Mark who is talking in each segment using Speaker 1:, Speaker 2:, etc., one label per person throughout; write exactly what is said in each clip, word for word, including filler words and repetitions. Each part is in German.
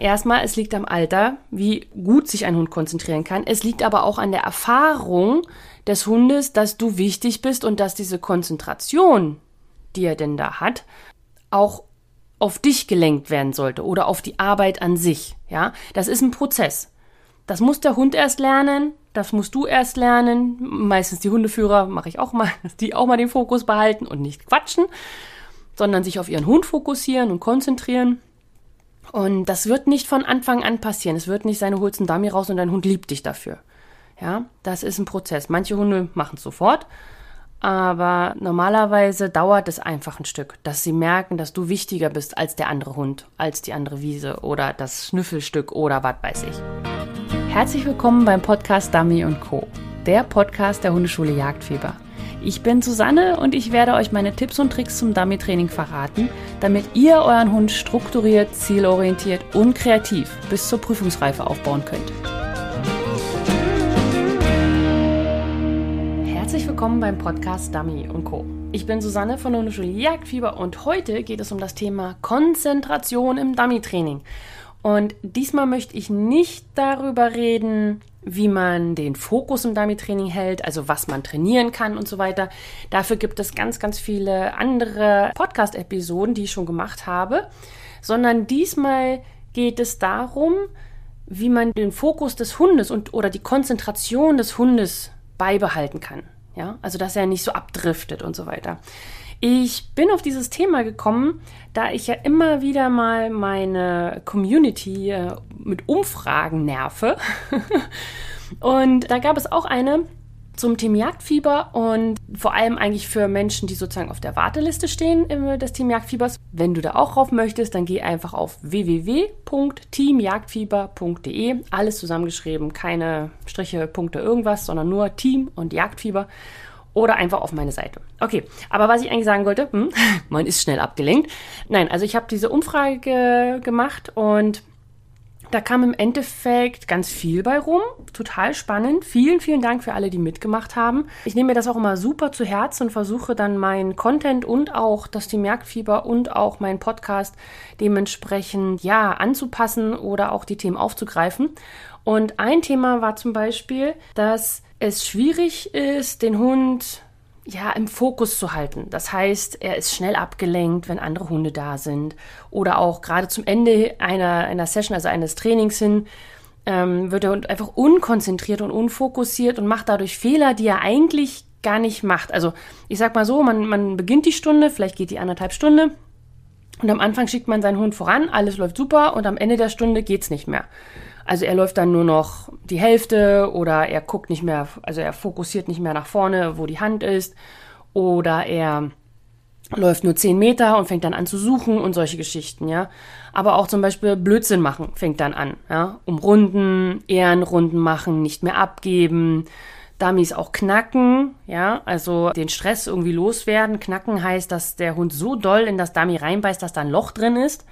Speaker 1: Erstmal, es liegt am Alter, wie gut sich ein Hund konzentrieren kann. Es liegt aber auch an der Erfahrung des Hundes, dass du wichtig bist und dass diese Konzentration, die er denn da hat, auch auf dich gelenkt werden sollte oder auf die Arbeit an sich. Ja, das ist ein Prozess. Das muss der Hund erst lernen, das musst du erst lernen. Meistens die Hundeführer, mache ich auch mal, dass die auch mal den Fokus behalten und nicht quatschen, sondern sich auf ihren Hund fokussieren und konzentrieren. Und das wird nicht von Anfang an passieren. Es wird nicht sein, du holst einen Dummy raus und dein Hund liebt dich dafür. Ja, das ist ein Prozess. Manche Hunde machen es sofort, aber normalerweise dauert es einfach ein Stück, dass sie merken, dass du wichtiger bist als der andere Hund, als die andere Wiese oder das Schnüffelstück oder was weiß ich. Herzlich willkommen beim Podcast Dummy und Co., der Podcast der Hundeschule Jagdfieber. Ich bin Susanne und ich werde euch meine Tipps und Tricks zum Dummy-Training verraten, damit ihr euren Hund strukturiert, zielorientiert und kreativ bis zur Prüfungsreife aufbauen könnt. Herzlich willkommen beim Podcast Dummy und Co. Ich bin Susanne von der Hundeschule Jagdfieber und heute geht es um das Thema Konzentration im Dummy-Training. Und diesmal möchte ich nicht darüber reden, wie man den Fokus im Dummy-Training hält, also was man trainieren kann und so weiter. Dafür gibt es ganz, ganz viele andere Podcast-Episoden, die ich schon gemacht habe. Sondern diesmal geht es darum, wie man den Fokus des Hundes und oder die Konzentration des Hundes beibehalten kann. Ja, also dass er nicht so abdriftet und so weiter. Ich bin auf dieses Thema gekommen, da ich ja immer wieder mal meine Community äh, mit Umfragen nerve. Und da gab es auch eine zum Team Jagdfieber und vor allem eigentlich für Menschen, die sozusagen auf der Warteliste stehen im, des Team Jagdfiebers. Wenn du da auch rauf möchtest, dann geh einfach auf w w w punkt team jagdfieber punkt d e. Alles zusammengeschrieben, keine Striche, Punkte, irgendwas, sondern nur Team und Jagdfieber. Oder einfach auf meine Seite. Okay, aber was ich eigentlich sagen wollte, hm, man ist schnell abgelenkt. Nein, also ich habe diese Umfrage ge- gemacht und da kam im Endeffekt ganz viel bei rum. Total spannend. Vielen, vielen Dank für alle, die mitgemacht haben. Ich nehme mir das auch immer super zu Herzen und versuche dann meinen Content und auch das Team Jagdfieber und auch meinen Podcast dementsprechend ja anzupassen oder auch die Themen aufzugreifen. Und ein Thema war zum Beispiel, dass es schwierig ist, den Hund ja im Fokus zu halten. Das heißt, er ist schnell abgelenkt, wenn andere Hunde da sind. Oder auch gerade zum Ende einer, einer Session, also eines Trainings hin, ähm, wird der Hund einfach unkonzentriert und unfokussiert und macht dadurch Fehler, die er eigentlich gar nicht macht. Also ich sag mal so, man, man beginnt die Stunde, vielleicht geht die anderthalb Stunde und am Anfang schickt man seinen Hund voran, alles läuft super und am Ende der Stunde geht's nicht mehr. Also er läuft dann nur noch die Hälfte oder er guckt nicht mehr, also er fokussiert nicht mehr nach vorne, wo die Hand ist. Oder er läuft nur zehn Meter und fängt dann an zu suchen und solche Geschichten, ja. Aber auch zum Beispiel Blödsinn machen fängt dann an, ja. Umrunden, Ehrenrunden machen, nicht mehr abgeben, Dummies auch knacken, ja. Also den Stress irgendwie loswerden. Knacken heißt, dass der Hund so doll in das Dummy reinbeißt, dass da ein Loch drin ist.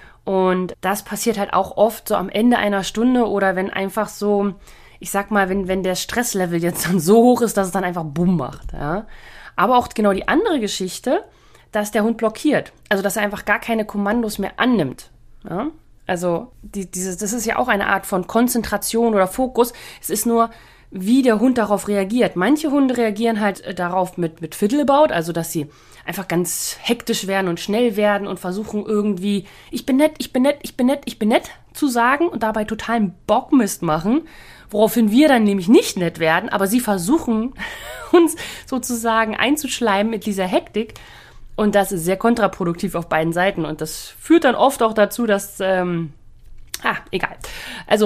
Speaker 1: Und das passiert halt auch oft so am Ende einer Stunde oder wenn einfach so, ich sag mal, wenn, wenn der Stresslevel jetzt dann so hoch ist, dass es dann einfach Bumm macht. Ja. Aber auch genau die andere Geschichte, dass der Hund blockiert. Also, dass er einfach gar keine Kommandos mehr annimmt. Ja. Also, die, dieses, das ist ja auch eine Art von Konzentration oder Fokus. Es ist nur, wie der Hund darauf reagiert. Manche Hunde reagieren halt darauf mit, mit Fiddlebaut, also dass sie einfach ganz hektisch werden und schnell werden und versuchen irgendwie, ich bin nett, ich bin nett, ich bin nett, ich bin nett zu sagen und dabei totalen Bockmist machen, woraufhin wir dann nämlich nicht nett werden, aber sie versuchen uns sozusagen einzuschleimen mit dieser Hektik und das ist sehr kontraproduktiv auf beiden Seiten und das führt dann oft auch dazu, dass, ähm, ah, egal. Also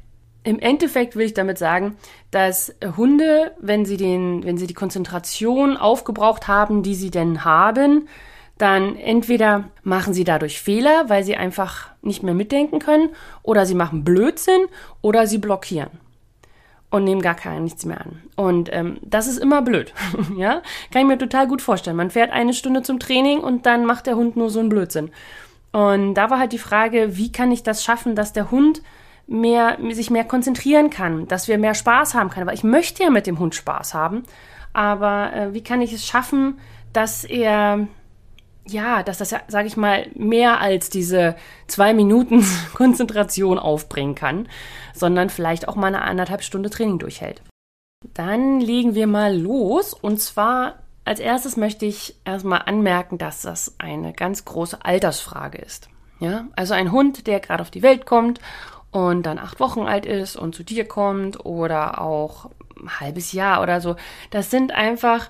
Speaker 1: im Endeffekt will ich damit sagen, dass Hunde, wenn sie den, wenn sie die Konzentration aufgebraucht haben, die sie denn haben, dann entweder machen sie dadurch Fehler, weil sie einfach nicht mehr mitdenken können, oder sie machen Blödsinn oder sie blockieren und nehmen gar keinen nichts mehr an. Und ähm, das ist immer blöd, ja? Kann ich mir total gut vorstellen. Man fährt eine Stunde zum Training und dann macht der Hund nur so einen Blödsinn. Und da war halt die Frage, wie kann ich das schaffen, dass der Hund mehr, sich mehr konzentrieren kann, dass wir mehr Spaß haben können. Weil ich möchte ja mit dem Hund Spaß haben, aber äh, wie kann ich es schaffen, dass er ja, dass das ja, sage ich mal, mehr als diese zwei Minuten Konzentration aufbringen kann, sondern vielleicht auch mal eine anderthalb Stunde Training durchhält. Dann legen wir mal los. Und zwar als erstes möchte ich erstmal anmerken, dass das eine ganz große Altersfrage ist. Ja, also ein Hund, der gerade auf die Welt kommt und dann acht Wochen alt ist und zu dir kommt oder auch ein halbes Jahr oder so, das sind einfach,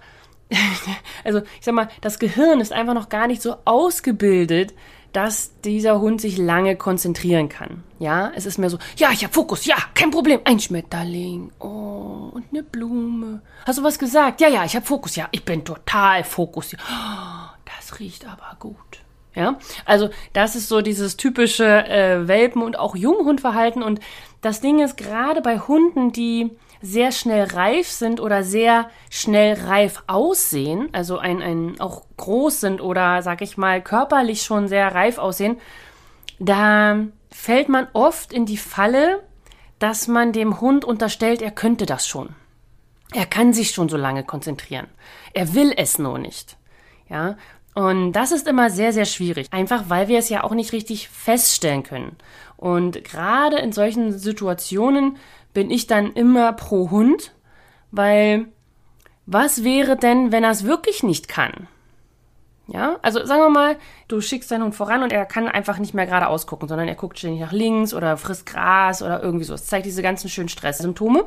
Speaker 1: also ich sag mal, das Gehirn ist einfach noch gar nicht so ausgebildet, dass dieser Hund sich lange konzentrieren kann. Ja, es ist mehr so, ja, ich hab Fokus, ja, kein Problem, ein Schmetterling, oh, und eine Blume. Hast du was gesagt? Ja, ja, ich hab Fokus, ja, ich bin total fokussiert. Oh, das riecht aber gut. Ja, also das ist so dieses typische äh, Welpen- und auch Junghundverhalten. Und das Ding ist, gerade bei Hunden, die sehr schnell reif sind oder sehr schnell reif aussehen, also ein, ein auch groß sind oder, sag ich mal, körperlich schon sehr reif aussehen, da fällt man oft in die Falle, dass man dem Hund unterstellt, er könnte das schon. Er kann sich schon so lange konzentrieren. Er will es nur nicht. Ja, und das ist immer sehr, sehr schwierig, einfach weil wir es ja auch nicht richtig feststellen können. Und gerade in solchen Situationen bin ich dann immer pro Hund, weil was wäre denn, wenn er es wirklich nicht kann? Ja, also sagen wir mal, du schickst deinen Hund voran und er kann einfach nicht mehr geradeaus gucken, sondern er guckt ständig nach links oder frisst Gras oder irgendwie so. Es zeigt diese ganzen schönen Stresssymptome.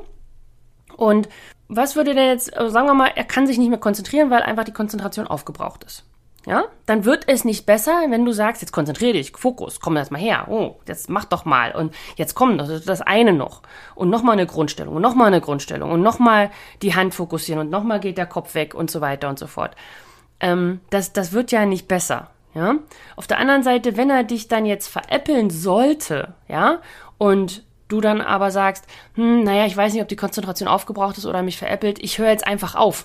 Speaker 1: Und was würde denn jetzt, also sagen wir mal, er kann sich nicht mehr konzentrieren, weil einfach die Konzentration aufgebraucht ist. Ja, dann wird es nicht besser, wenn du sagst, jetzt konzentrier dich, Fokus, komm erst mal her, oh, jetzt mach doch mal und jetzt komm, das ist das eine noch und nochmal eine Grundstellung und nochmal eine Grundstellung und nochmal die Hand fokussieren und nochmal geht der Kopf weg und so weiter und so fort. Ähm, das, das wird ja nicht besser, ja. Auf der anderen Seite, wenn er dich dann jetzt veräppeln sollte, ja, und du dann aber sagst, hm, naja, ich weiß nicht, ob die Konzentration aufgebraucht ist oder mich veräppelt, ich höre jetzt einfach auf.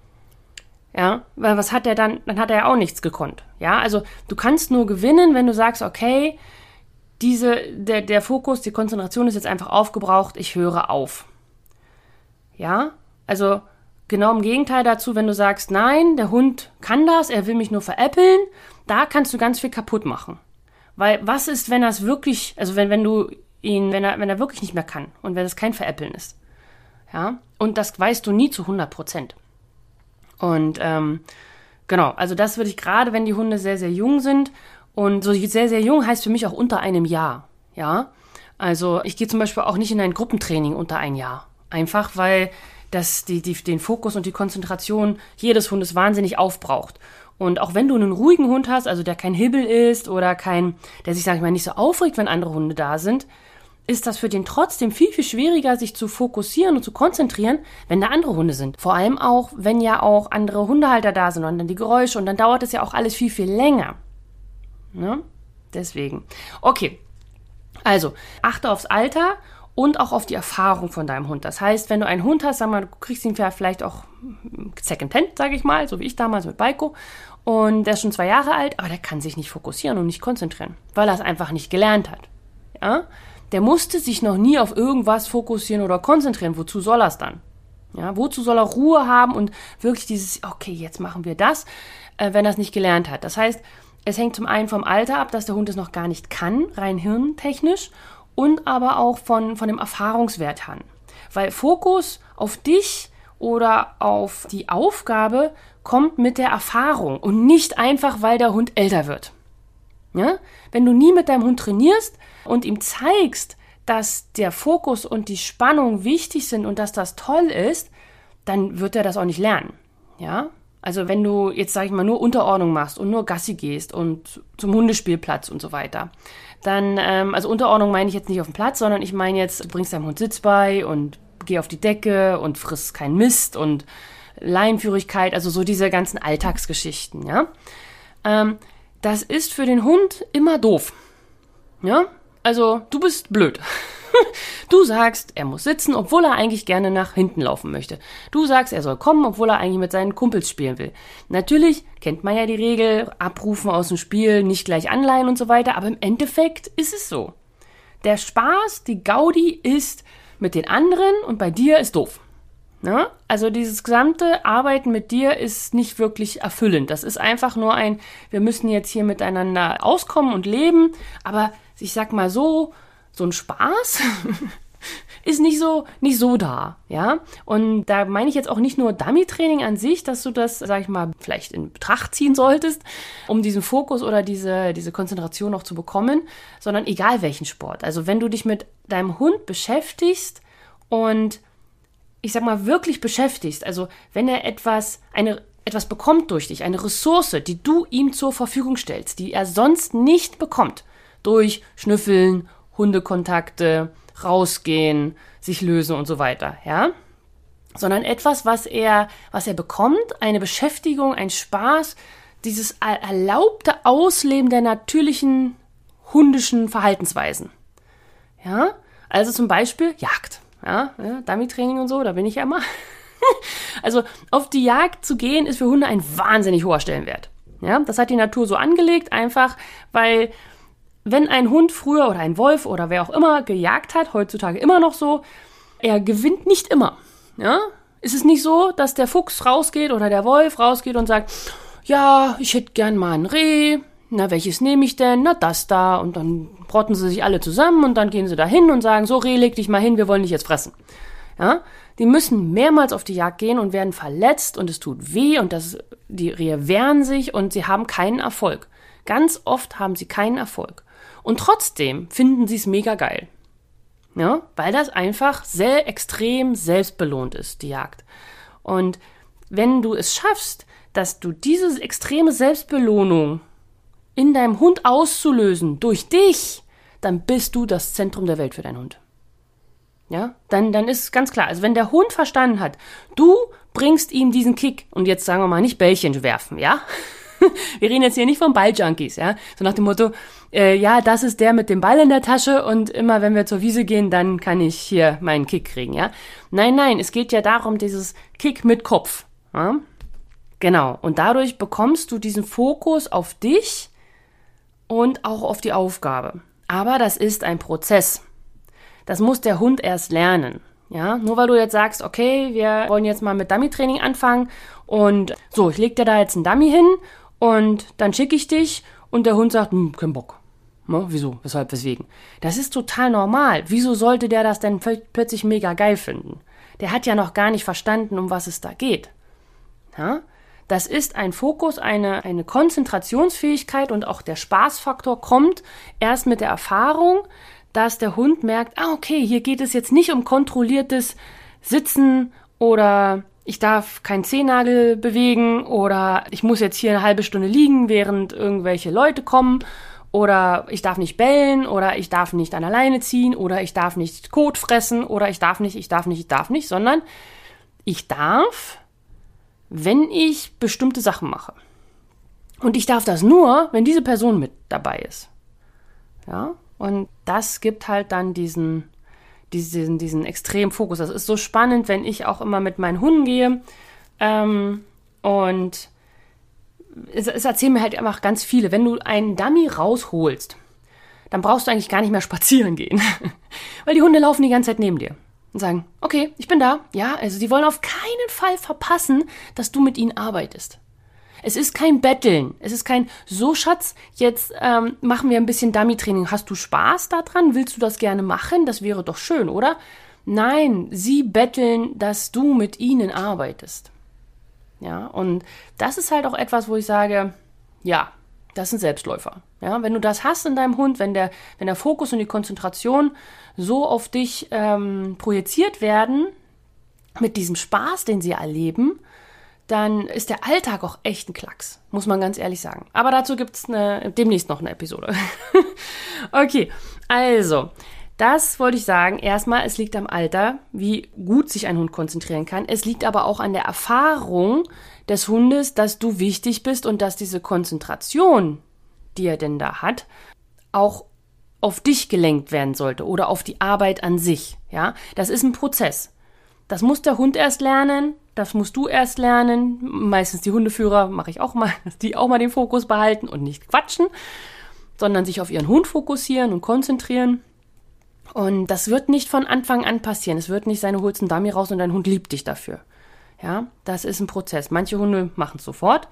Speaker 1: Ja, weil was hat er dann, dann hat er ja auch nichts gekonnt. Ja, also du kannst nur gewinnen, wenn du sagst, okay, diese, der, der Fokus, die Konzentration ist jetzt einfach aufgebraucht, ich höre auf. Ja, also genau im Gegenteil dazu, wenn du sagst, nein, der Hund kann das, er will mich nur veräppeln, da kannst du ganz viel kaputt machen. Weil was ist, wenn er es wirklich, also wenn, wenn du ihn, wenn er, wenn er wirklich nicht mehr kann und wenn es kein Veräppeln ist. Ja, und das weißt du nie zu hundert Prozent. Und ähm, genau, also das würde ich gerade, wenn die Hunde sehr, sehr jung sind und so sehr, sehr jung heißt für mich auch unter einem Jahr, ja. Also ich gehe zum Beispiel auch nicht in ein Gruppentraining unter ein Jahr, einfach weil das die, die, den Fokus und die Konzentration jedes Hundes wahnsinnig aufbraucht. Und auch wenn du einen ruhigen Hund hast, also der kein Hibbel ist oder kein, der sich, sag ich mal, nicht so aufregt, wenn andere Hunde da sind, ist das für den trotzdem viel, viel schwieriger, sich zu fokussieren und zu konzentrieren, wenn da andere Hunde sind. Vor allem auch, wenn ja auch andere Hundehalter da sind und dann die Geräusche und dann dauert es ja auch alles viel, viel länger. Ne? Deswegen. Okay, also achte aufs Alter und auch auf die Erfahrung von deinem Hund. Das heißt, wenn du einen Hund hast, sag mal, du kriegst ihn vielleicht auch Secondhand, sage ich mal, so wie ich damals mit Baiko, und der ist schon zwei Jahre alt, aber der kann sich nicht fokussieren und nicht konzentrieren, weil er es einfach nicht gelernt hat. Ja? Der musste sich noch nie auf irgendwas fokussieren oder konzentrieren. Wozu soll er es dann? Ja, wozu soll er Ruhe haben und wirklich dieses, okay, jetzt machen wir das, äh, wenn er es nicht gelernt hat. Das heißt, es hängt zum einen vom Alter ab, dass der Hund es noch gar nicht kann, rein hirntechnisch, und aber auch von, von dem Erfahrungswert an. Weil Fokus auf dich oder auf die Aufgabe kommt mit der Erfahrung und nicht einfach, weil der Hund älter wird. Ja? Wenn du nie mit deinem Hund trainierst und ihm zeigst, dass der Fokus und die Spannung wichtig sind und dass das toll ist, dann wird er das auch nicht lernen. Ja? Also wenn du jetzt, sag ich mal, nur Unterordnung machst und nur Gassi gehst und zum Hundespielplatz und so weiter, dann, ähm, also Unterordnung meine ich jetzt nicht auf dem Platz, sondern ich meine jetzt, du bringst deinem Hund Sitz bei und geh auf die Decke und friss keinen Mist und Leinenführigkeit, also so diese ganzen Alltagsgeschichten, ja. Ähm, das ist für den Hund immer doof, ja. Also du bist blöd. Du sagst, er muss sitzen, obwohl er eigentlich gerne nach hinten laufen möchte. Du sagst, er soll kommen, obwohl er eigentlich mit seinen Kumpels spielen will. Natürlich kennt man ja die Regel, abrufen aus dem Spiel, nicht gleich anleihen und so weiter, aber im Endeffekt ist es so. Der Spaß, die Gaudi ist mit den anderen und bei dir ist doof. Ne? Also dieses gesamte Arbeiten mit dir ist nicht wirklich erfüllend. Das ist einfach nur ein, wir müssen jetzt hier miteinander auskommen und leben. Aber ich sag mal so, so ein Spaß ist nicht so, nicht so da, ja. Und da meine ich jetzt auch nicht nur Dummy-Training an sich, dass du das, sag ich mal, vielleicht in Betracht ziehen solltest, um diesen Fokus oder diese, diese Konzentration noch zu bekommen, sondern egal welchen Sport. Also wenn du dich mit deinem Hund beschäftigst und ich sag mal, wirklich beschäftigst, also wenn er etwas, eine, etwas bekommt durch dich, eine Ressource, die du ihm zur Verfügung stellst, die er sonst nicht bekommt, durch Schnüffeln, Hundekontakte, rausgehen, sich lösen und so weiter, ja, sondern etwas, was er, was er bekommt, eine Beschäftigung, ein Spaß, dieses erlaubte Ausleben der natürlichen hundischen Verhaltensweisen, ja, also zum Beispiel Jagd. Ja, ja, Dummy-Training und so, da bin ich ja immer. Also auf die Jagd zu gehen, ist für Hunde ein wahnsinnig hoher Stellenwert. Ja, das hat die Natur so angelegt, einfach weil wenn ein Hund früher oder ein Wolf oder wer auch immer gejagt hat, heutzutage immer noch so, er gewinnt nicht immer. Ja, ist es nicht so, dass der Fuchs rausgeht oder der Wolf rausgeht und sagt, ja, ich hätte gern mal ein Reh. Na, welches nehme ich denn? Na, das da. Und dann rotten sie sich alle zusammen und dann gehen sie da hin und sagen, so, Reh, leg dich mal hin, wir wollen dich jetzt fressen. Ja, die müssen mehrmals auf die Jagd gehen und werden verletzt und es tut weh und das, die Rehe wehren sich und sie haben keinen Erfolg. Ganz oft haben sie keinen Erfolg. Und trotzdem finden sie es mega geil. Ja, weil das einfach sehr extrem selbstbelohnt ist, die Jagd. Und wenn du es schaffst, dass du diese extreme Selbstbelohnung in deinem Hund auszulösen, durch dich, dann bist du das Zentrum der Welt für deinen Hund. Ja, dann, dann ist ganz klar, also wenn der Hund verstanden hat, du bringst ihm diesen Kick, und jetzt sagen wir mal nicht Bällchen werfen, ja? Wir reden jetzt hier nicht von Balljunkies, ja? So nach dem Motto, äh, ja, das ist der mit dem Ball in der Tasche und immer wenn wir zur Wiese gehen, dann kann ich hier meinen Kick kriegen, ja? Nein, nein, es geht ja darum, dieses Kick mit Kopf, ja? Genau, und dadurch bekommst du diesen Fokus auf dich und auch auf die Aufgabe. Aber das ist ein Prozess. Das muss der Hund erst lernen. Ja, nur weil du jetzt sagst, okay, wir wollen jetzt mal mit Dummy-Training anfangen und so, ich leg dir da jetzt einen Dummy hin und dann schicke ich dich und der Hund sagt, hm, kein Bock. Ne? Wieso? Weshalb? Weswegen? Das ist total normal. Wieso sollte der das denn plötzlich mega geil finden? Der hat ja noch gar nicht verstanden, um was es da geht. Ja? Das ist ein Fokus, eine, eine Konzentrationsfähigkeit und auch der Spaßfaktor kommt erst mit der Erfahrung, dass der Hund merkt, ah okay, hier geht es jetzt nicht um kontrolliertes Sitzen oder ich darf keinen Zehennagel bewegen oder ich muss jetzt hier eine halbe Stunde liegen, während irgendwelche Leute kommen oder ich darf nicht bellen oder ich darf nicht an der Leine ziehen oder ich darf nicht Kot fressen oder ich darf nicht, ich darf nicht, ich darf nicht, sondern ich darf, wenn ich bestimmte Sachen mache. Und ich darf das nur, wenn diese Person mit dabei ist. Ja, und das gibt halt dann diesen, diesen, diesen extremen Fokus. Das ist so spannend, wenn ich auch immer mit meinen Hunden gehe. Ähm, und es, es erzählen mir halt einfach ganz viele. Wenn du einen Dummy rausholst, dann brauchst du eigentlich gar nicht mehr spazieren gehen. Weil die Hunde laufen die ganze Zeit neben dir. Und sagen, okay, ich bin da. Ja, also die wollen auf keinen Fall verpassen, dass du mit ihnen arbeitest. Es ist kein Betteln. Es ist kein, so Schatz, jetzt ähm, machen wir ein bisschen Dummy-Training. Hast du Spaß daran? Willst du das gerne machen? Das wäre doch schön, oder? Nein, sie betteln, dass du mit ihnen arbeitest. Ja, und das ist halt auch etwas, wo ich sage, ja, das sind Selbstläufer. Ja, wenn du das hast in deinem Hund, wenn der, wenn der Fokus und die Konzentration so auf dich ähm, projiziert werden, mit diesem Spaß, den sie erleben, dann ist der Alltag auch echt ein Klacks, muss man ganz ehrlich sagen. Aber dazu gibt es demnächst noch eine Episode. Okay, also, das wollte ich sagen. Erstmal, es liegt am Alter, wie gut sich ein Hund konzentrieren kann. Es liegt aber auch an der Erfahrung des Hundes, dass du wichtig bist und dass diese Konzentration, die er denn da hat, auch auf dich gelenkt werden sollte oder auf die Arbeit an sich. Ja, das ist ein Prozess. Das muss der Hund erst lernen, das musst du erst lernen. Meistens die Hundeführer mache ich auch mal, dass die auch mal den Fokus behalten und nicht quatschen, sondern sich auf ihren Hund fokussieren und konzentrieren. Und das wird nicht von Anfang an passieren. Es wird nicht sein, du holst einen Dummy raus und dein Hund liebt dich dafür. Ja, das ist ein Prozess. Manche Hunde machen es sofort,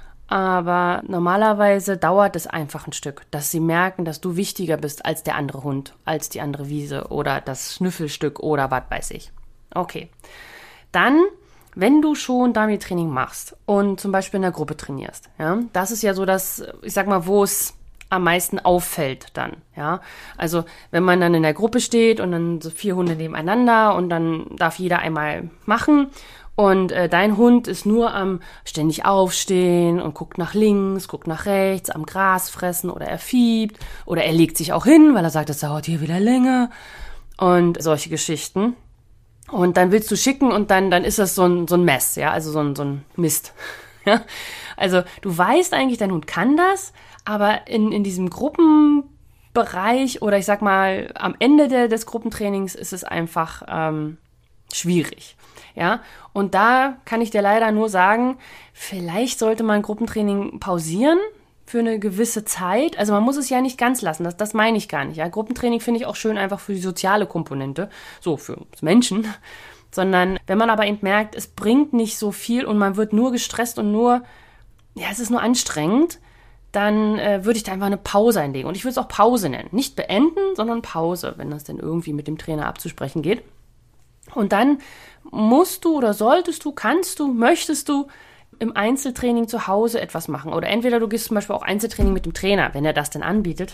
Speaker 1: aber normalerweise dauert es einfach ein Stück, dass sie merken, dass du wichtiger bist als der andere Hund, als die andere Wiese oder das Schnüffelstück oder was weiß ich. Okay, dann, wenn du schon Dummy-Training machst und zum Beispiel in der Gruppe trainierst, ja, das ist ja so das, ich sag mal, wo es am meisten auffällt dann, ja. Also wenn man dann in der Gruppe steht und dann so vier Hunde nebeneinander und dann darf jeder einmal machen und äh, dein Hund ist nur am ständig aufstehen und guckt nach links, guckt nach rechts, am Gras fressen oder er fiebt oder er legt sich auch hin, weil er sagt, das dauert hier wieder länger und solche Geschichten. Und dann willst du schicken und dann, dann ist das so ein, so ein Mess, ja, also so ein, so ein Mist. Ja? Also du weißt eigentlich, dein Hund kann das, aber in, in diesem Gruppenbereich oder ich sag mal am Ende der, des Gruppentrainings ist es einfach ähm, schwierig. Ja? Und da kann ich dir leider nur sagen, vielleicht sollte man Gruppentraining pausieren für eine gewisse Zeit. Also man muss es ja nicht ganz lassen, das, das meine ich gar nicht. Ja? Gruppentraining finde ich auch schön einfach für die soziale Komponente, so für uns Menschen. Sondern wenn man aber eben merkt, es bringt nicht so viel und man wird nur gestresst und nur, ja, es ist nur anstrengend, dann äh, würde ich da einfach eine Pause einlegen. Und ich würde es auch Pause nennen. Nicht beenden, sondern Pause, wenn das denn irgendwie mit dem Trainer abzusprechen geht. Und dann musst du oder solltest du, kannst du, möchtest du im Einzeltraining zu Hause etwas machen. Oder entweder du gehst zum Beispiel auch Einzeltraining mit dem Trainer, wenn er das denn anbietet.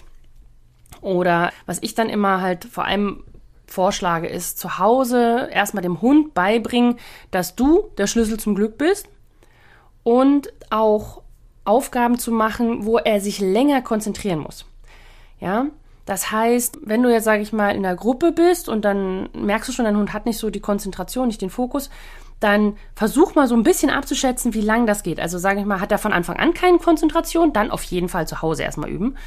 Speaker 1: Oder was ich dann immer halt vor allem vorschlage, ist zu Hause erstmal dem Hund beibringen, dass du der Schlüssel zum Glück bist und auch Aufgaben zu machen, wo er sich länger konzentrieren muss. Ja, das heißt, wenn du jetzt, sage ich mal, in der Gruppe bist und dann merkst du schon, dein Hund hat nicht so die Konzentration, nicht den Fokus, dann versuch mal so ein bisschen abzuschätzen, wie lang das geht. Also sage ich mal, hat er von Anfang an keine Konzentration, dann auf jeden Fall zu Hause erstmal üben.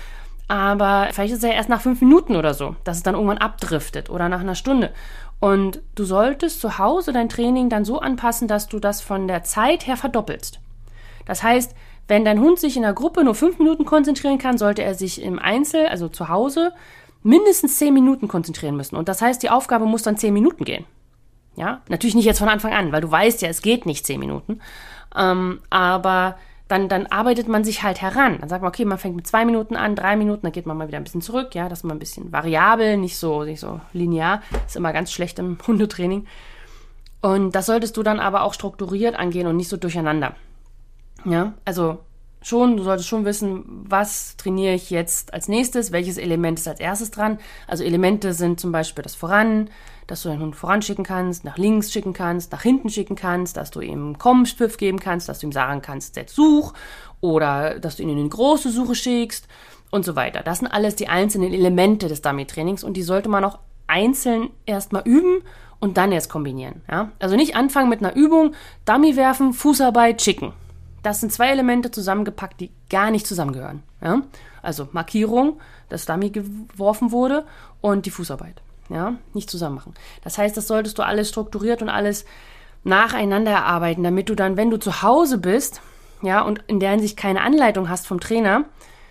Speaker 1: Aber vielleicht ist es ja erst nach fünf Minuten oder so, dass es dann irgendwann abdriftet oder nach einer Stunde. Und du solltest zu Hause dein Training dann so anpassen, dass du das von der Zeit her verdoppelst. Das heißt, wenn dein Hund sich in der Gruppe nur fünf Minuten konzentrieren kann, sollte er sich im Einzel, also zu Hause, mindestens zehn Minuten konzentrieren müssen. Und das heißt, die Aufgabe muss dann zehn Minuten gehen. Ja, natürlich nicht jetzt von Anfang an, weil du weißt ja, es geht nicht zehn Minuten. Ähm, aber dann, dann arbeitet man sich halt heran. Dann sagt man, okay, man fängt mit zwei Minuten an, drei Minuten, dann geht man mal wieder ein bisschen zurück, ja, dass man ein bisschen variabel, nicht so, nicht so linear. Ist immer ganz schlecht im Hundetraining. Und das solltest du dann aber auch strukturiert angehen und nicht so durcheinander. Ja, also schon, du solltest schon wissen, was trainiere ich jetzt als nächstes, welches Element ist als erstes dran. Also Elemente sind zum Beispiel das Voran, dass du deinen Hund voranschicken kannst, nach links schicken kannst, nach hinten schicken kannst, dass du ihm Komm-Pfiff geben kannst, dass du ihm sagen kannst, jetzt such, oder dass du ihn in eine große Suche schickst und so weiter. Das sind alles die einzelnen Elemente des Dummy-Trainings und die sollte man auch einzeln erstmal üben und dann erst kombinieren. Ja? Also nicht anfangen mit einer Übung, Dummy werfen, Fußarbeit, schicken. Das sind zwei Elemente zusammengepackt, die gar nicht zusammengehören. Ja? Also Markierung, dass Dummy geworfen wurde und die Fußarbeit. Ja? Nicht zusammen machen. Das heißt, das solltest du alles strukturiert und alles nacheinander erarbeiten, damit du dann, wenn du zu Hause bist, ja, und in der Hinsicht keine Anleitung hast vom Trainer,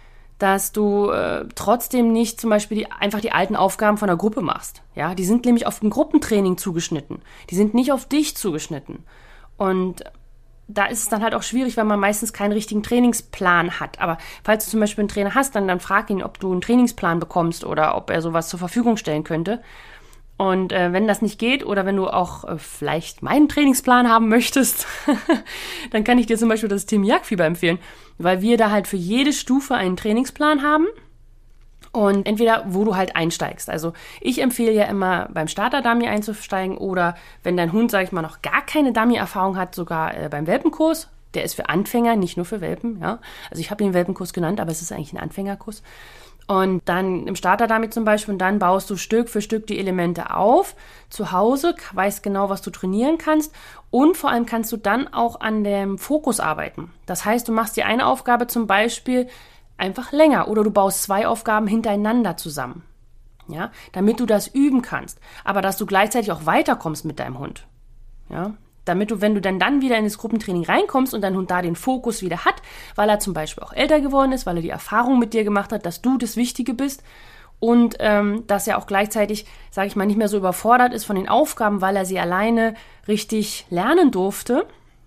Speaker 1: dass du äh, trotzdem nicht zum Beispiel die, einfach die alten Aufgaben von der Gruppe machst. Ja? Die sind nämlich auf ein Gruppentraining zugeschnitten. Die sind nicht auf dich zugeschnitten. Und da ist es dann halt auch schwierig, weil man meistens keinen richtigen Trainingsplan hat. Aber falls du zum Beispiel einen Trainer hast, dann, dann frag ihn, ob du einen Trainingsplan bekommst oder ob er sowas zur Verfügung stellen könnte. Und äh, wenn das nicht geht oder wenn du auch äh, vielleicht meinen Trainingsplan haben möchtest, dann kann ich dir zum Beispiel das Team Jagdfieber empfehlen, weil wir da halt für jede Stufe einen Trainingsplan haben. Und entweder, wo du halt einsteigst. Also ich empfehle ja immer, beim Starter-Dummy einzusteigen oder wenn dein Hund, sage ich mal, noch gar keine Dummy-Erfahrung hat, sogar äh, beim Welpenkurs. Der ist für Anfänger, nicht nur für Welpen. Ja? Also ich habe ihn Welpenkurs genannt, aber es ist eigentlich ein Anfängerkurs. Und dann im Starter-Dummy zum Beispiel, und dann baust du Stück für Stück die Elemente auf, zu Hause, weißt genau, was du trainieren kannst und vor allem kannst du dann auch an dem Fokus arbeiten. Das heißt, du machst die eine Aufgabe zum Beispiel einfach länger oder du baust zwei Aufgaben hintereinander zusammen, ja, damit du das üben kannst, aber dass du gleichzeitig auch weiterkommst mit deinem Hund, ja, damit du, wenn du dann dann wieder in das Gruppentraining reinkommst und dein Hund da den Fokus wieder hat, weil er zum Beispiel auch älter geworden ist, weil er die Erfahrung mit dir gemacht hat, dass du das Wichtige bist und ähm, dass er auch gleichzeitig, sage ich mal, nicht mehr so überfordert ist von den Aufgaben, weil er sie alleine richtig lernen durfte,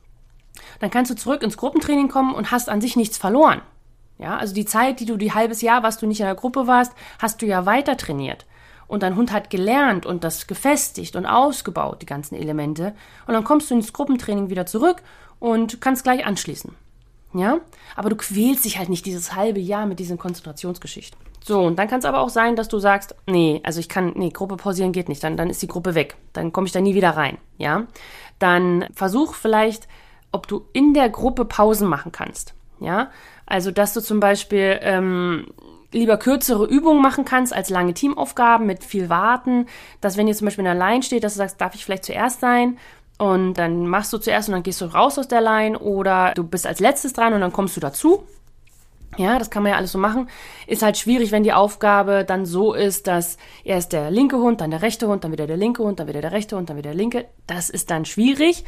Speaker 1: dann kannst du zurück ins Gruppentraining kommen und hast an sich nichts verloren. Ja, also die Zeit, die du, die halbes Jahr, was du nicht in der Gruppe warst, hast du ja weiter trainiert. Und dein Hund hat gelernt und das gefestigt und ausgebaut, die ganzen Elemente. Und dann kommst du ins Gruppentraining wieder zurück und kannst gleich anschließen. Ja, aber du quälst dich halt nicht dieses halbe Jahr mit diesen Konzentrationsgeschichten. So, und dann kann es aber auch sein, dass du sagst, nee, also ich kann, nee, Gruppe pausieren geht nicht, dann, dann ist die Gruppe weg. Dann komme ich da nie wieder rein. Ja, dann versuch vielleicht, ob du in der Gruppe Pausen machen kannst. Ja, also dass du zum Beispiel ähm, lieber kürzere Übungen machen kannst als lange Teamaufgaben mit viel Warten, dass wenn ihr zum Beispiel in der Line steht, dass du sagst, darf ich vielleicht zuerst sein? Und dann machst du zuerst und dann gehst du raus aus der Line oder du bist als letztes dran und dann kommst du dazu. Ja, das kann man ja alles so machen. Ist halt schwierig, wenn die Aufgabe dann so ist, dass erst der linke Hund, dann der rechte Hund, dann wieder der linke Hund, dann wieder der rechte Hund, dann wieder der linke. Das ist dann schwierig.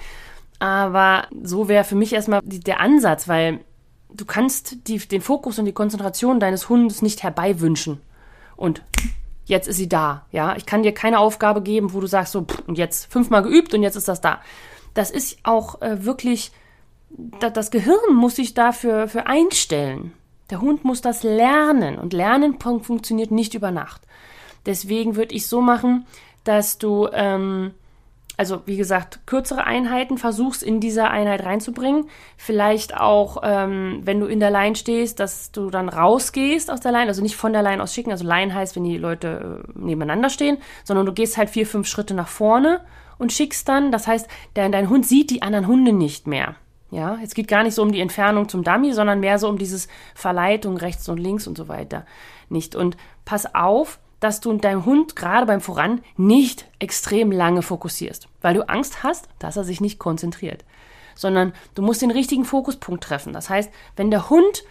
Speaker 1: Aber so wäre für mich erstmal der Ansatz, weil du kannst die, den Fokus und die Konzentration deines Hundes nicht herbeiwünschen. Und jetzt ist sie da. Ja, ich kann dir keine Aufgabe geben, wo du sagst, so, pff, und jetzt fünfmal geübt und jetzt ist das da. Das ist auch äh, wirklich, da, das Gehirn muss sich dafür für einstellen. Der Hund muss das lernen und Lernen funktioniert nicht über Nacht. Deswegen würde ich so machen, dass du, ähm, also wie gesagt, kürzere Einheiten versuchst in dieser Einheit reinzubringen. Vielleicht auch, ähm, wenn du in der Line stehst, dass du dann rausgehst aus der Line, also nicht von der Line aus schicken. Also Line heißt, wenn die Leute äh, nebeneinander stehen, sondern du gehst halt vier, fünf Schritte nach vorne und schickst dann. Das heißt, dein, dein Hund sieht die anderen Hunde nicht mehr. Ja, es geht gar nicht so um die Entfernung zum Dummy, sondern mehr so um dieses Verleitung rechts und links und so weiter. Nicht. Und pass auf, dass du deinem Hund gerade beim Voran nicht extrem lange fokussierst, weil du Angst hast, dass er sich nicht konzentriert, sondern du musst den richtigen Fokuspunkt treffen. Das heißt, wenn der Hund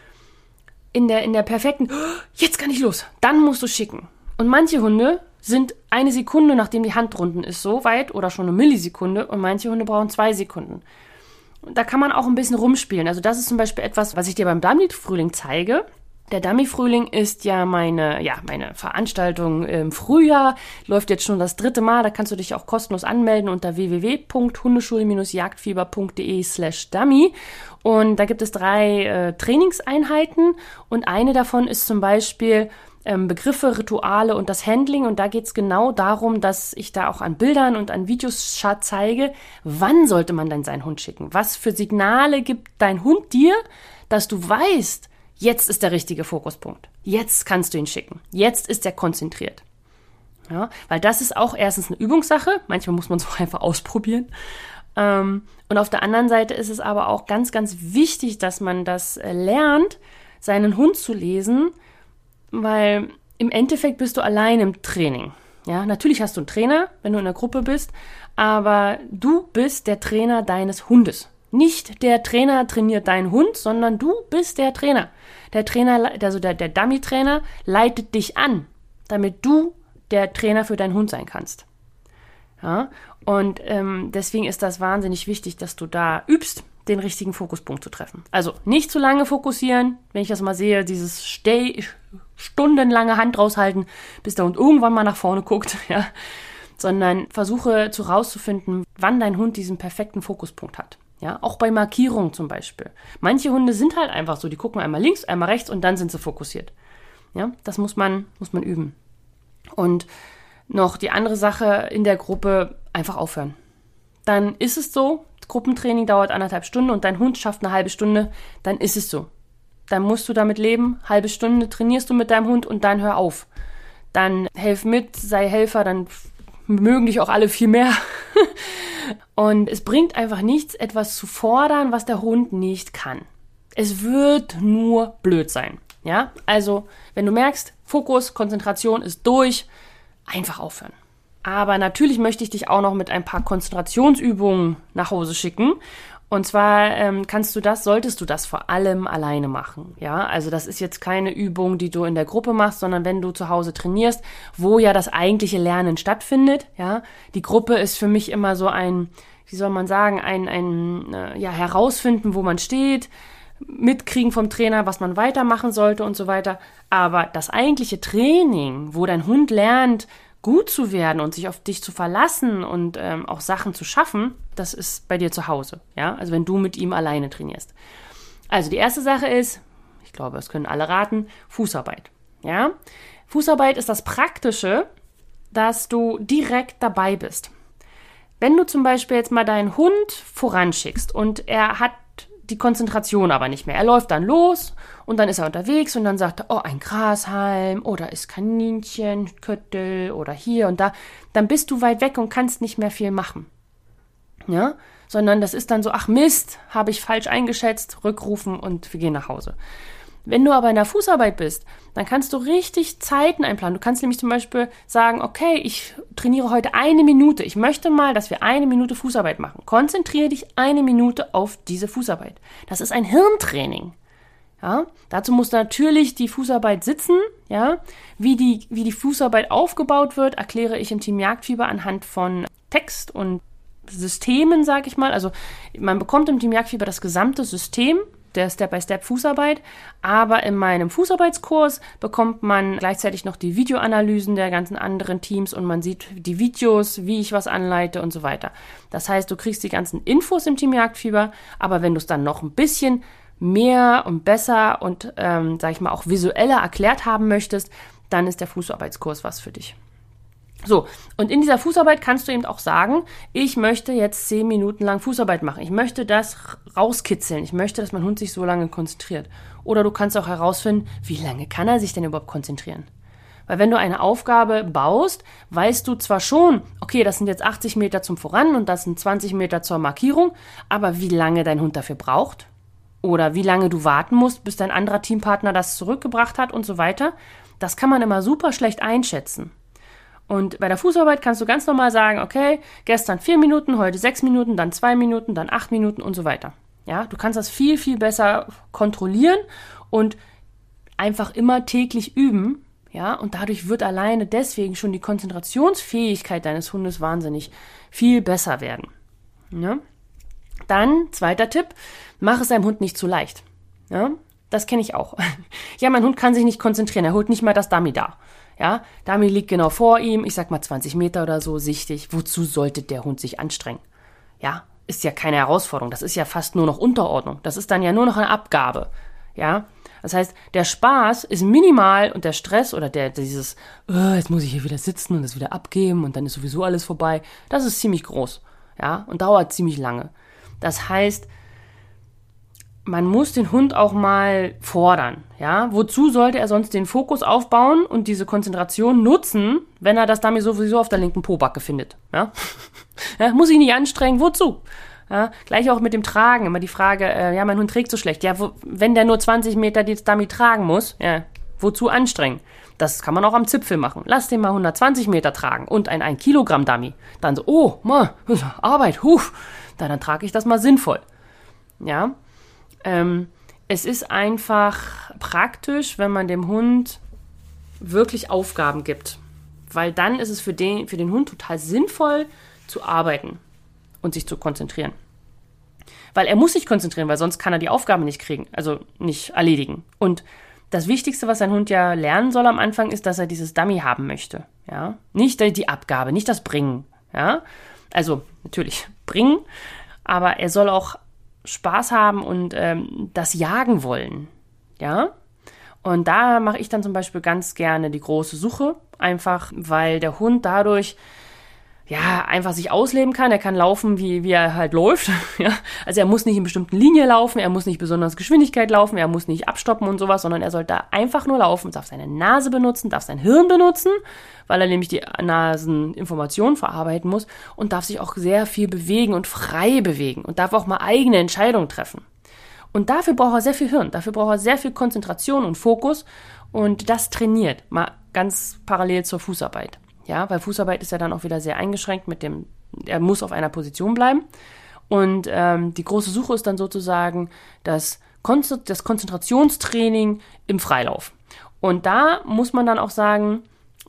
Speaker 1: in der, in der perfekten, oh, jetzt kann ich los, dann musst du schicken. Und manche Hunde sind eine Sekunde, nachdem die Hand drunten ist, so weit oder schon eine Millisekunde und manche Hunde brauchen zwei Sekunden. Und da kann man auch ein bisschen rumspielen. Also das ist zum Beispiel etwas, was ich dir beim Dummy-Frühling zeige. Der Dummy-Frühling ist ja meine, ja, meine Veranstaltung im Frühjahr, läuft jetzt schon das dritte Mal, da kannst du dich auch kostenlos anmelden unter w w w punkt hundeschule Bindestrich jagdfieber punkt d e slash dummy und da gibt es drei äh, Trainingseinheiten und eine davon ist zum Beispiel ähm, Begriffe, Rituale und das Handling und da geht es genau darum, dass ich da auch an Bildern und an Videos zeige, wann sollte man denn seinen Hund schicken, was für Signale gibt dein Hund dir, dass du weißt, jetzt ist der richtige Fokuspunkt. Jetzt kannst du ihn schicken. Jetzt ist er konzentriert. Ja, weil das ist auch erstens eine Übungssache. Manchmal muss man es auch einfach ausprobieren. Ähm, und auf der anderen Seite ist es aber auch ganz, ganz wichtig, dass man das äh, lernt, seinen Hund zu lesen, weil im Endeffekt bist du allein im Training. Ja, natürlich hast du einen Trainer, wenn du in der Gruppe bist, aber du bist der Trainer deines Hundes. Nicht der Trainer trainiert deinen Hund, sondern du bist der Trainer. Der Trainer, also der, der Dummy-Trainer leitet dich an, damit du der Trainer für deinen Hund sein kannst. Ja, und ähm, deswegen ist das wahnsinnig wichtig, dass du da übst, den richtigen Fokuspunkt zu treffen. Also nicht zu lange fokussieren, wenn ich das mal sehe, dieses Stay, stundenlange Hand raushalten, bis der Hund irgendwann mal nach vorne guckt, ja, sondern versuche zu rauszufinden, wann dein Hund diesen perfekten Fokuspunkt hat. Ja, auch bei Markierungen zum Beispiel. Manche Hunde sind halt einfach so, die gucken einmal links, einmal rechts und dann sind sie fokussiert. Ja, das muss man, muss man üben. Und noch die andere Sache in der Gruppe, einfach aufhören. Dann ist es so, Gruppentraining dauert anderthalb Stunden und dein Hund schafft eine halbe Stunde, dann ist es so. Dann musst du damit leben, halbe Stunde trainierst du mit deinem Hund und dann hör auf. Dann helf mit, sei Helfer, dann mögen dich auch alle viel mehr. Und es bringt einfach nichts, etwas zu fordern, was der Hund nicht kann. Es wird nur blöd sein. Ja, also wenn du merkst, Fokus, Konzentration ist durch, einfach aufhören. Aber natürlich möchte ich dich auch noch mit ein paar Konzentrationsübungen nach Hause schicken. Und zwar ähm, kannst du das, solltest du das vor allem alleine machen. Ja, also das ist jetzt keine Übung, die du in der Gruppe machst, sondern wenn du zu Hause trainierst, wo ja das eigentliche Lernen stattfindet. Ja, die Gruppe ist für mich immer so ein, wie soll man sagen, ein, ein äh, ja, herausfinden, wo man steht, mitkriegen vom Trainer, was man weitermachen sollte und so weiter. Aber das eigentliche Training, wo dein Hund lernt, gut zu werden und sich auf dich zu verlassen und ähm, auch Sachen zu schaffen, das ist bei dir zu Hause. Ja? Also wenn du mit ihm alleine trainierst. Also die erste Sache ist, ich glaube, das können alle raten, Fußarbeit. Ja? Fußarbeit ist das Praktische, dass du direkt dabei bist. Wenn du zum Beispiel jetzt mal deinen Hund voranschickst und er hat die Konzentration aber nicht mehr. Er läuft dann los und dann ist er unterwegs und dann sagt er, oh, ein Grashalm oder ist Kaninchenköttel oder hier und da. Dann bist du weit weg und kannst nicht mehr viel machen. Ja? Sondern das ist dann so, ach Mist, habe ich falsch eingeschätzt, rückrufen und wir gehen nach Hause. Wenn du aber in der Fußarbeit bist, dann kannst du richtig Zeiten einplanen. Du kannst nämlich zum Beispiel sagen, okay, ich trainiere heute eine Minute. Ich möchte mal, dass wir eine Minute Fußarbeit machen. Konzentriere dich eine Minute auf diese Fußarbeit. Das ist ein Hirntraining. Ja, dazu muss natürlich die Fußarbeit sitzen. Ja, wie die, wie die Fußarbeit aufgebaut wird, erkläre ich im Team Jagdfieber anhand von Text und Systemen, sage ich mal. Also man bekommt im Team Jagdfieber das gesamte System der Step-by-Step-Fußarbeit, aber in meinem Fußarbeitskurs bekommt man gleichzeitig noch die Videoanalysen der ganzen anderen Teams und man sieht die Videos, wie ich was anleite und so weiter. Das heißt, du kriegst die ganzen Infos im Team Jagdfieber, aber wenn du es dann noch ein bisschen mehr und besser und, ähm, sag ich mal, auch visueller erklärt haben möchtest, dann ist der Fußarbeitskurs was für dich. So, und in dieser Fußarbeit kannst du eben auch sagen, ich möchte jetzt zehn Minuten lang Fußarbeit machen. Ich möchte das rauskitzeln. Ich möchte, dass mein Hund sich so lange konzentriert. Oder du kannst auch herausfinden, wie lange kann er sich denn überhaupt konzentrieren? Weil wenn du eine Aufgabe baust, weißt du zwar schon, okay, das sind jetzt achtzig Meter zum Voran und das sind zwanzig Meter zur Markierung, aber wie lange dein Hund dafür braucht oder wie lange du warten musst, bis dein anderer Teampartner das zurückgebracht hat und so weiter, das kann man immer super schlecht einschätzen. Und bei der Fußarbeit kannst du ganz normal sagen, okay, gestern vier Minuten, heute sechs Minuten, dann zwei Minuten, dann acht Minuten und so weiter. Ja, du kannst das viel, viel besser kontrollieren und einfach immer täglich üben. Ja, und dadurch wird alleine deswegen schon die Konzentrationsfähigkeit deines Hundes wahnsinnig viel besser werden. Ja? Dann, zweiter Tipp, mach es deinem Hund nicht zu leicht. Ja, das kenne ich auch. Ja, mein Hund kann sich nicht konzentrieren, er holt nicht mal das Dummy da. Ja, Dummy liegt genau vor ihm, ich sag mal zwanzig Meter oder so, sichtig. Wozu sollte der Hund sich anstrengen? Ja, ist ja keine Herausforderung, das ist ja fast nur noch Unterordnung. Das ist dann ja nur noch eine Abgabe. Ja, das heißt, der Spaß ist minimal und der Stress oder der dieses, oh, jetzt muss ich hier wieder sitzen und das wieder abgeben und dann ist sowieso alles vorbei, das ist ziemlich groß. Ja, und dauert ziemlich lange. Das heißt, man muss den Hund auch mal fordern, ja. Wozu sollte er sonst den Fokus aufbauen und diese Konzentration nutzen, wenn er das Dummy sowieso auf der linken Pobacke findet, ja? Ja, muss ich nicht anstrengen, wozu? Ja, gleich auch mit dem Tragen, immer die Frage, äh, ja, mein Hund trägt so schlecht. Ja, wo, wenn der nur zwanzig Meter das Dummy tragen muss, ja, wozu anstrengen? Das kann man auch am Zipfel machen. Lass den mal hundertzwanzig Meter tragen und ein ein Kilogramm Dummy. Dann so, oh, ma, Arbeit, huf, dann, dann trage ich das mal sinnvoll, ja. Ähm, es ist einfach praktisch, wenn man dem Hund wirklich Aufgaben gibt, weil dann ist es für den, für den Hund total sinnvoll zu arbeiten und sich zu konzentrieren. Weil er muss sich konzentrieren, weil sonst kann er die Aufgabe nicht kriegen, also nicht erledigen. Und das Wichtigste, was ein Hund ja lernen soll am Anfang, ist, dass er dieses Dummy haben möchte. Ja? Nicht die Abgabe, nicht das Bringen. Ja? Also natürlich bringen, aber er soll auch Spaß haben und ähm, das jagen wollen, ja. Und da mache ich dann zum Beispiel ganz gerne die große Suche, einfach weil der Hund dadurch ja einfach sich ausleben kann. Er kann laufen, wie, wie er halt läuft. Ja? Also er muss nicht in bestimmten Linien laufen, er muss nicht besonders Geschwindigkeit laufen, er muss nicht abstoppen und sowas, sondern er soll da einfach nur laufen, darf seine Nase benutzen, darf sein Hirn benutzen, weil er nämlich die Naseninformationen verarbeiten muss und darf sich auch sehr viel bewegen und frei bewegen und darf auch mal eigene Entscheidungen treffen. Und dafür braucht er sehr viel Hirn, dafür braucht er sehr viel Konzentration und Fokus und das trainiert, mal ganz parallel zur Fußarbeit. Ja, weil Fußarbeit ist ja dann auch wieder sehr eingeschränkt mit dem, er muss auf einer Position bleiben. Und ähm, die große Suche ist dann sozusagen das, Kon- das Konzentrationstraining im Freilauf. Und da muss man dann auch sagen,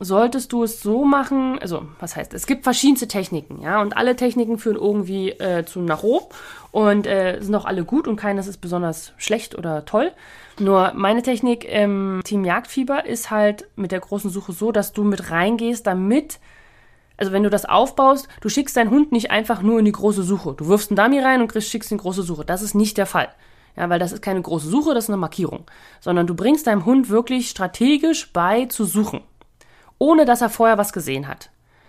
Speaker 1: solltest du es so machen, also was heißt, es gibt verschiedenste Techniken, ja, und alle Techniken führen irgendwie äh, zu nach oben und äh, sind auch alle gut und keines ist besonders schlecht oder toll. Nur meine Technik im Team Jagdfieber ist halt mit der großen Suche so, dass du mit reingehst, damit, also wenn du das aufbaust, du schickst deinen Hund nicht einfach nur in die große Suche. Du wirfst einen Dummy rein und kriegst, schickst in die große Suche. Das ist nicht der Fall. Ja, weil das ist keine große Suche, das ist eine Markierung. Sondern du bringst deinem Hund wirklich strategisch bei zu suchen, ohne dass er vorher was gesehen hat.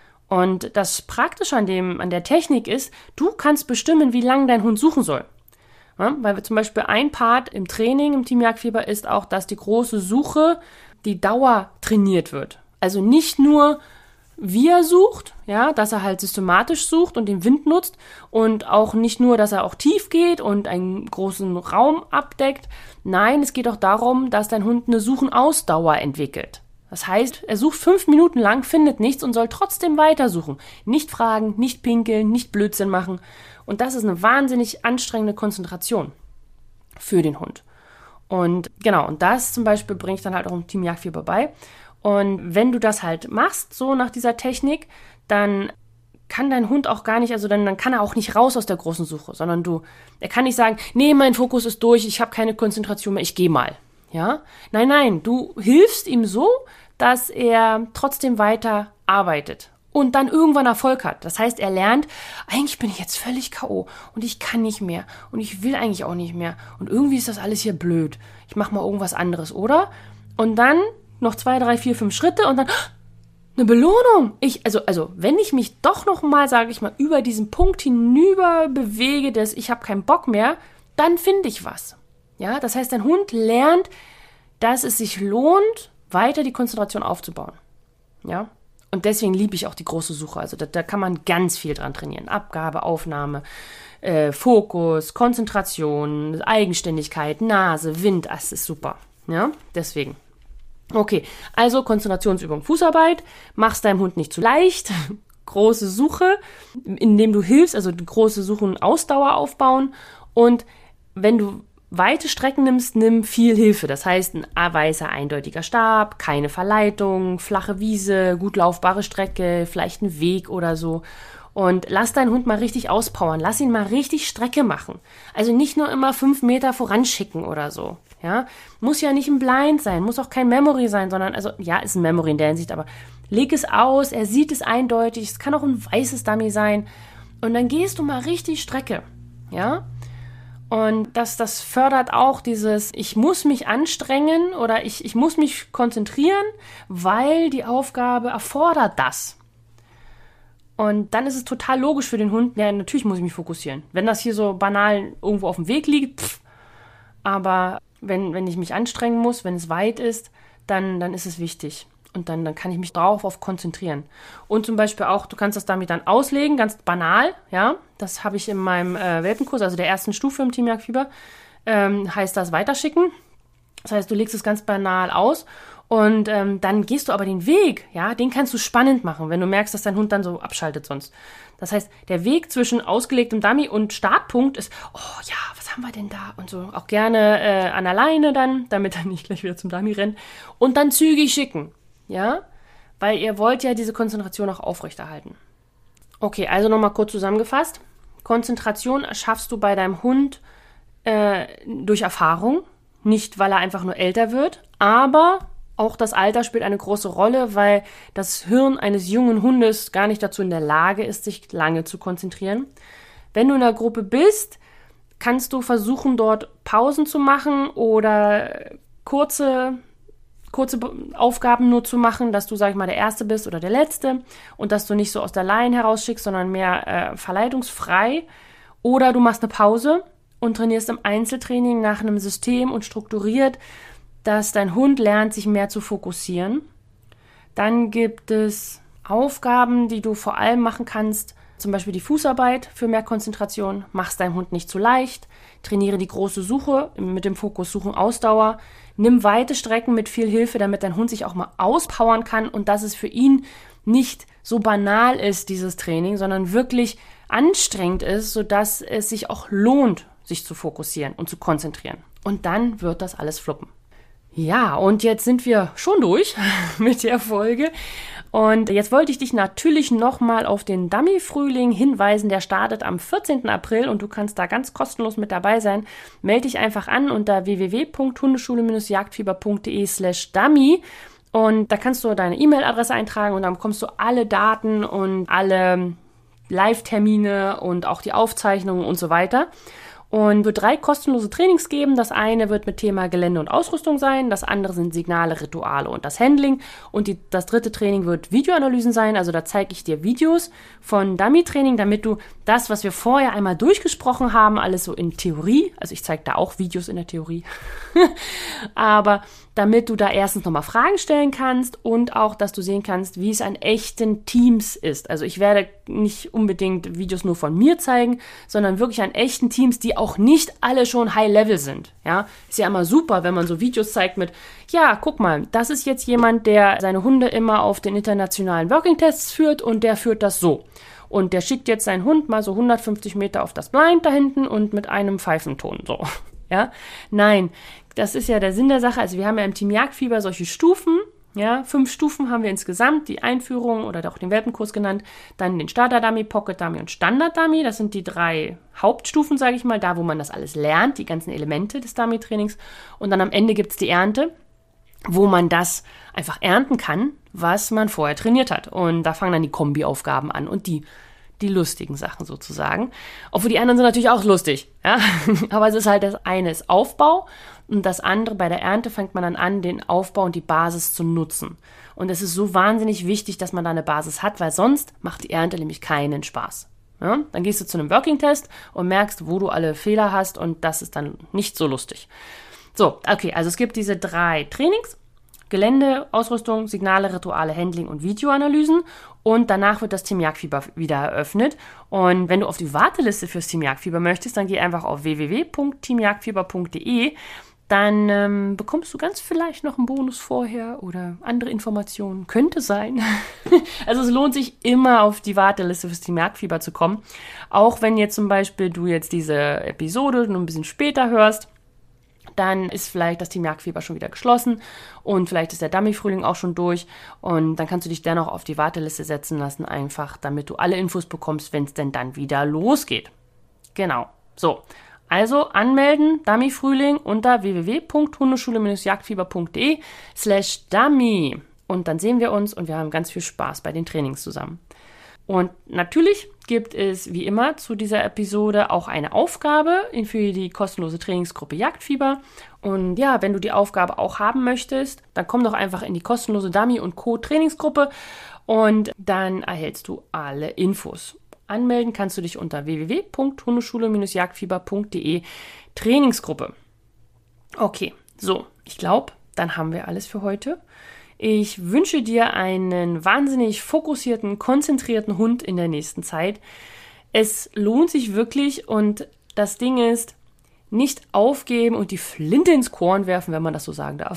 Speaker 1: Und das Praktische an dem, an der Technik ist, du kannst bestimmen, wie lange dein Hund suchen soll. Ja, weil wir zum Beispiel ein Part im Training im Team Jagdfieber ist auch, dass die große Suche, die Dauer trainiert wird. Also nicht nur, wie er sucht, ja, dass er halt systematisch sucht und den Wind nutzt und auch nicht nur, dass er auch tief geht und einen großen Raum abdeckt. Nein, es geht auch darum, dass dein Hund eine Suchenausdauer entwickelt. Das heißt, er sucht fünf Minuten lang, findet nichts und soll trotzdem weitersuchen. Nicht fragen, nicht pinkeln, nicht Blödsinn machen. Und das ist eine wahnsinnig anstrengende Konzentration für den Hund. Und genau, und das zum Beispiel bringe ich dann halt auch im Team Jagdfieber bei. Und wenn du das halt machst, so nach dieser Technik, dann kann dein Hund auch gar nicht, also dann, dann kann er auch nicht raus aus der großen Suche, sondern du, er kann nicht sagen, nee, mein Fokus ist durch, ich habe keine Konzentration mehr, ich gehe mal. Ja? Nein, nein, du hilfst ihm so, dass er trotzdem weiter arbeitet und dann irgendwann Erfolg hat. Das heißt, er lernt, eigentlich bin ich jetzt völlig K O und ich kann nicht mehr und ich will eigentlich auch nicht mehr und irgendwie ist das alles hier blöd. Ich mache mal irgendwas anderes, oder? Und dann noch zwei, drei, vier, fünf Schritte und dann eine Belohnung. Ich, also, also, wenn ich mich doch noch mal, sage ich mal, über diesen Punkt hinüber bewege, dass ich habe keinen Bock mehr, dann finde ich was. Ja, das heißt, dein Hund lernt, dass es sich lohnt, weiter die Konzentration aufzubauen. Ja, und deswegen liebe ich auch die große Suche. Also da, da kann man ganz viel dran trainieren. Abgabe, Aufnahme, äh, Fokus, Konzentration, Eigenständigkeit, Nase, Wind, das ist super. Ja, deswegen. Okay, also Konzentrationsübung, Fußarbeit, machst deinem Hund nicht zu leicht, große Suche, indem du hilfst, also große Suchen, Ausdauer aufbauen und wenn du weite Strecken nimmst, nimm viel Hilfe, das heißt ein weißer, eindeutiger Stab, keine Verleitung, flache Wiese, gut laufbare Strecke, vielleicht ein Weg oder so. Und lass deinen Hund mal richtig auspowern, lass ihn mal richtig Strecke machen. Also nicht nur immer fünf Meter voranschicken oder so. Ja, muss ja nicht ein Blind sein, muss auch kein Memory sein, sondern, also ja, ist ein Memory in der Hinsicht, aber leg es aus, er sieht es eindeutig, es kann auch ein weißes Dummy sein und dann gehst du mal richtig Strecke, ja, und das, das fördert auch dieses, ich muss mich anstrengen oder ich, ich muss mich konzentrieren, weil die Aufgabe erfordert das. Und dann ist es total logisch für den Hund, ja, natürlich muss ich mich fokussieren. Wenn das hier so banal irgendwo auf dem Weg liegt, pff, aber wenn, wenn ich mich anstrengen muss, wenn es weit ist, dann, dann ist es wichtig. Und dann, dann kann ich mich drauf auf konzentrieren. Und zum Beispiel auch, du kannst das damit dann auslegen, ganz banal, ja. Das habe ich in meinem äh, Welpenkurs, also der ersten Stufe im Team Jagdfieber, ähm, heißt das weiterschicken. Das heißt, du legst es ganz banal aus und ähm, dann gehst du aber den Weg, ja, den kannst du spannend machen, wenn du merkst, dass dein Hund dann so abschaltet sonst. Das heißt, der Weg zwischen ausgelegtem Dummy und Startpunkt ist, oh ja, was haben wir denn da? Und so auch gerne äh, an der Leine dann, damit er nicht gleich wieder zum Dummy rennt. Und dann zügig schicken, ja, weil ihr wollt ja diese Konzentration auch aufrechterhalten. Okay, also nochmal kurz zusammengefasst. Konzentration schaffst du bei deinem Hund äh, durch Erfahrung, nicht weil er einfach nur älter wird, aber auch das Alter spielt eine große Rolle, weil das Hirn eines jungen Hundes gar nicht dazu in der Lage ist, sich lange zu konzentrieren. Wenn du in einer Gruppe bist, kannst du versuchen, dort Pausen zu machen oder kurze, kurze Aufgaben nur zu machen, dass du, sag ich mal, der Erste bist oder der Letzte und dass du nicht so aus der Leine herausschickst, sondern mehr äh, verleitungsfrei. Oder du machst eine Pause und trainierst im Einzeltraining nach einem System und strukturiert, dass dein Hund lernt, sich mehr zu fokussieren. Dann gibt es Aufgaben, die du vor allem machen kannst, zum Beispiel die Fußarbeit für mehr Konzentration. Mach's deinem Hund nicht zu leicht. Trainiere die große Suche mit dem Fokus Suchen Ausdauer. Nimm weite Strecken mit viel Hilfe, damit dein Hund sich auch mal auspowern kann und dass es für ihn nicht so banal ist, dieses Training, sondern wirklich anstrengend ist, sodass es sich auch lohnt, sich zu fokussieren und zu konzentrieren. Und dann wird das alles fluppen. Ja, und jetzt sind wir schon durch mit der Folge. Und jetzt wollte ich dich natürlich nochmal auf den Dummy-Frühling hinweisen. Der startet am vierzehnten April und du kannst da ganz kostenlos mit dabei sein. Melde dich einfach an unter w w w punkt hundeschule jagdfieber punkt de slash dummy und da kannst du deine E-Mail-Adresse eintragen und dann bekommst du alle Daten und alle Live-Termine und auch die Aufzeichnungen und so weiter. Und wird drei kostenlose Trainings geben. Das eine wird mit Thema Gelände und Ausrüstung sein, das andere sind Signale, Rituale und das Handling und die, das dritte Training wird Videoanalysen sein. Also da zeige ich dir Videos von Dummy-Training, damit du das, was wir vorher einmal durchgesprochen haben, alles so in Theorie, also ich zeige da auch Videos in der Theorie, aber damit du da erstens nochmal Fragen stellen kannst und auch, dass du sehen kannst, wie es an echten Teams ist. Also ich werde nicht unbedingt Videos nur von mir zeigen, sondern wirklich an echten Teams, die auch nicht alle schon High-Level sind. Ja, ist ja immer super, wenn man so Videos zeigt mit, ja, guck mal, das ist jetzt jemand, der seine Hunde immer auf den internationalen Working-Tests führt und der führt das so. Und der schickt jetzt seinen Hund mal so hundertfünfzig Meter auf das Blind da hinten und mit einem Pfeifenton so. Ja, nein, das ist ja der Sinn der Sache. Also wir haben ja im Team Jagdfieber solche Stufen. Ja, fünf Stufen haben wir insgesamt, die Einführung oder auch den Welpenkurs genannt, dann den Starter-Dummy, Pocket-Dummy und Standard-Dummy. Das sind die drei Hauptstufen, sage ich mal, da wo man das alles lernt, die ganzen Elemente des Dummy-Trainings. Und dann am Ende gibt es die Ernte, wo man das einfach ernten kann, was man vorher trainiert hat. Und da fangen dann die Kombi-Aufgaben an und die die lustigen Sachen sozusagen. Obwohl die anderen sind natürlich auch lustig, ja. Aber es ist halt, das eine ist Aufbau und das andere, bei der Ernte fängt man dann an, den Aufbau und die Basis zu nutzen. Und es ist so wahnsinnig wichtig, dass man da eine Basis hat, weil sonst macht die Ernte nämlich keinen Spaß. Ja? Dann gehst du zu einem Working-Test und merkst, wo du alle Fehler hast und das ist dann nicht so lustig. So, okay, also es gibt diese drei Trainings. Gelände, Ausrüstung, Signale, Rituale, Handling und Videoanalysen. Und danach wird das Team Jagdfieber wieder eröffnet. Und wenn du auf die Warteliste fürs Team Jagdfieber möchtest, dann geh einfach auf w w w punkt team jagdfieber punkt de. Dann ähm, bekommst du ganz vielleicht noch einen Bonus vorher oder andere Informationen. Könnte sein. Also es lohnt sich immer, auf die Warteliste fürs Team Jagdfieber zu kommen. Auch wenn jetzt zum Beispiel du jetzt diese Episode nur ein bisschen später hörst, dann ist vielleicht das Team Jagdfieber schon wieder geschlossen und vielleicht ist der Dummy-Frühling auch schon durch und dann kannst du dich dennoch auf die Warteliste setzen lassen, einfach damit du alle Infos bekommst, wenn es denn dann wieder losgeht. Genau, so. Also anmelden, Dummy-Frühling unter w w w punkt hundeschule jagdfieber punkt de slash dummy und dann sehen wir uns und wir haben ganz viel Spaß bei den Trainings zusammen. Und natürlich gibt es wie immer zu dieser Episode auch eine Aufgabe für die kostenlose Trainingsgruppe Jagdfieber. Und ja, wenn du die Aufgabe auch haben möchtest, dann komm doch einfach in die kostenlose Dummy und Co. Trainingsgruppe und dann erhältst du alle Infos. Anmelden kannst du dich unter w w w punkt hundeschule jagdfieber punkt de Trainingsgruppe. Okay, so, ich glaube, dann haben wir alles für heute. Ich wünsche dir einen wahnsinnig fokussierten, konzentrierten Hund in der nächsten Zeit. Es lohnt sich wirklich und das Ding ist, nicht aufgeben und die Flinte ins Korn werfen, wenn man das so sagen darf,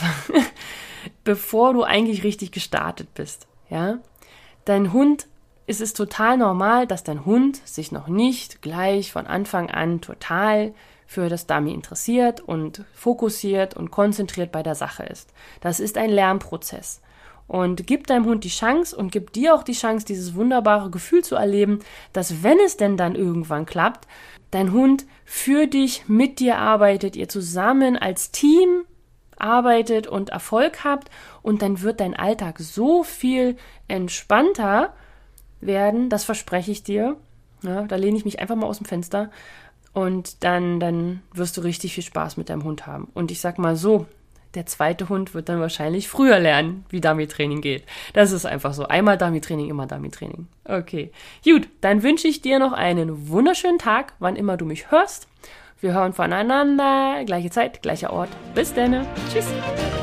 Speaker 1: bevor du eigentlich richtig gestartet bist. Ja? Dein Hund, es ist total normal, dass dein Hund sich noch nicht gleich von Anfang an total für das Dummy interessiert und fokussiert und konzentriert bei der Sache ist. Das ist ein Lernprozess. Und gib deinem Hund die Chance und gib dir auch die Chance, dieses wunderbare Gefühl zu erleben, dass wenn es denn dann irgendwann klappt, dein Hund für dich, mit dir arbeitet, ihr zusammen als Team arbeitet und Erfolg habt und dann wird dein Alltag so viel entspannter werden, das verspreche ich dir. Ja, da lehne ich mich einfach mal aus dem Fenster. Und dann, dann wirst du richtig viel Spaß mit deinem Hund haben. Und ich sag mal so, der zweite Hund wird dann wahrscheinlich früher lernen, wie Dummy-Training geht. Das ist einfach so. Einmal Dummy-Training, immer Dummy-Training. Okay, gut, dann wünsche ich dir noch einen wunderschönen Tag, wann immer du mich hörst. Wir hören voneinander, gleiche Zeit, gleicher Ort. Bis dann. Tschüss.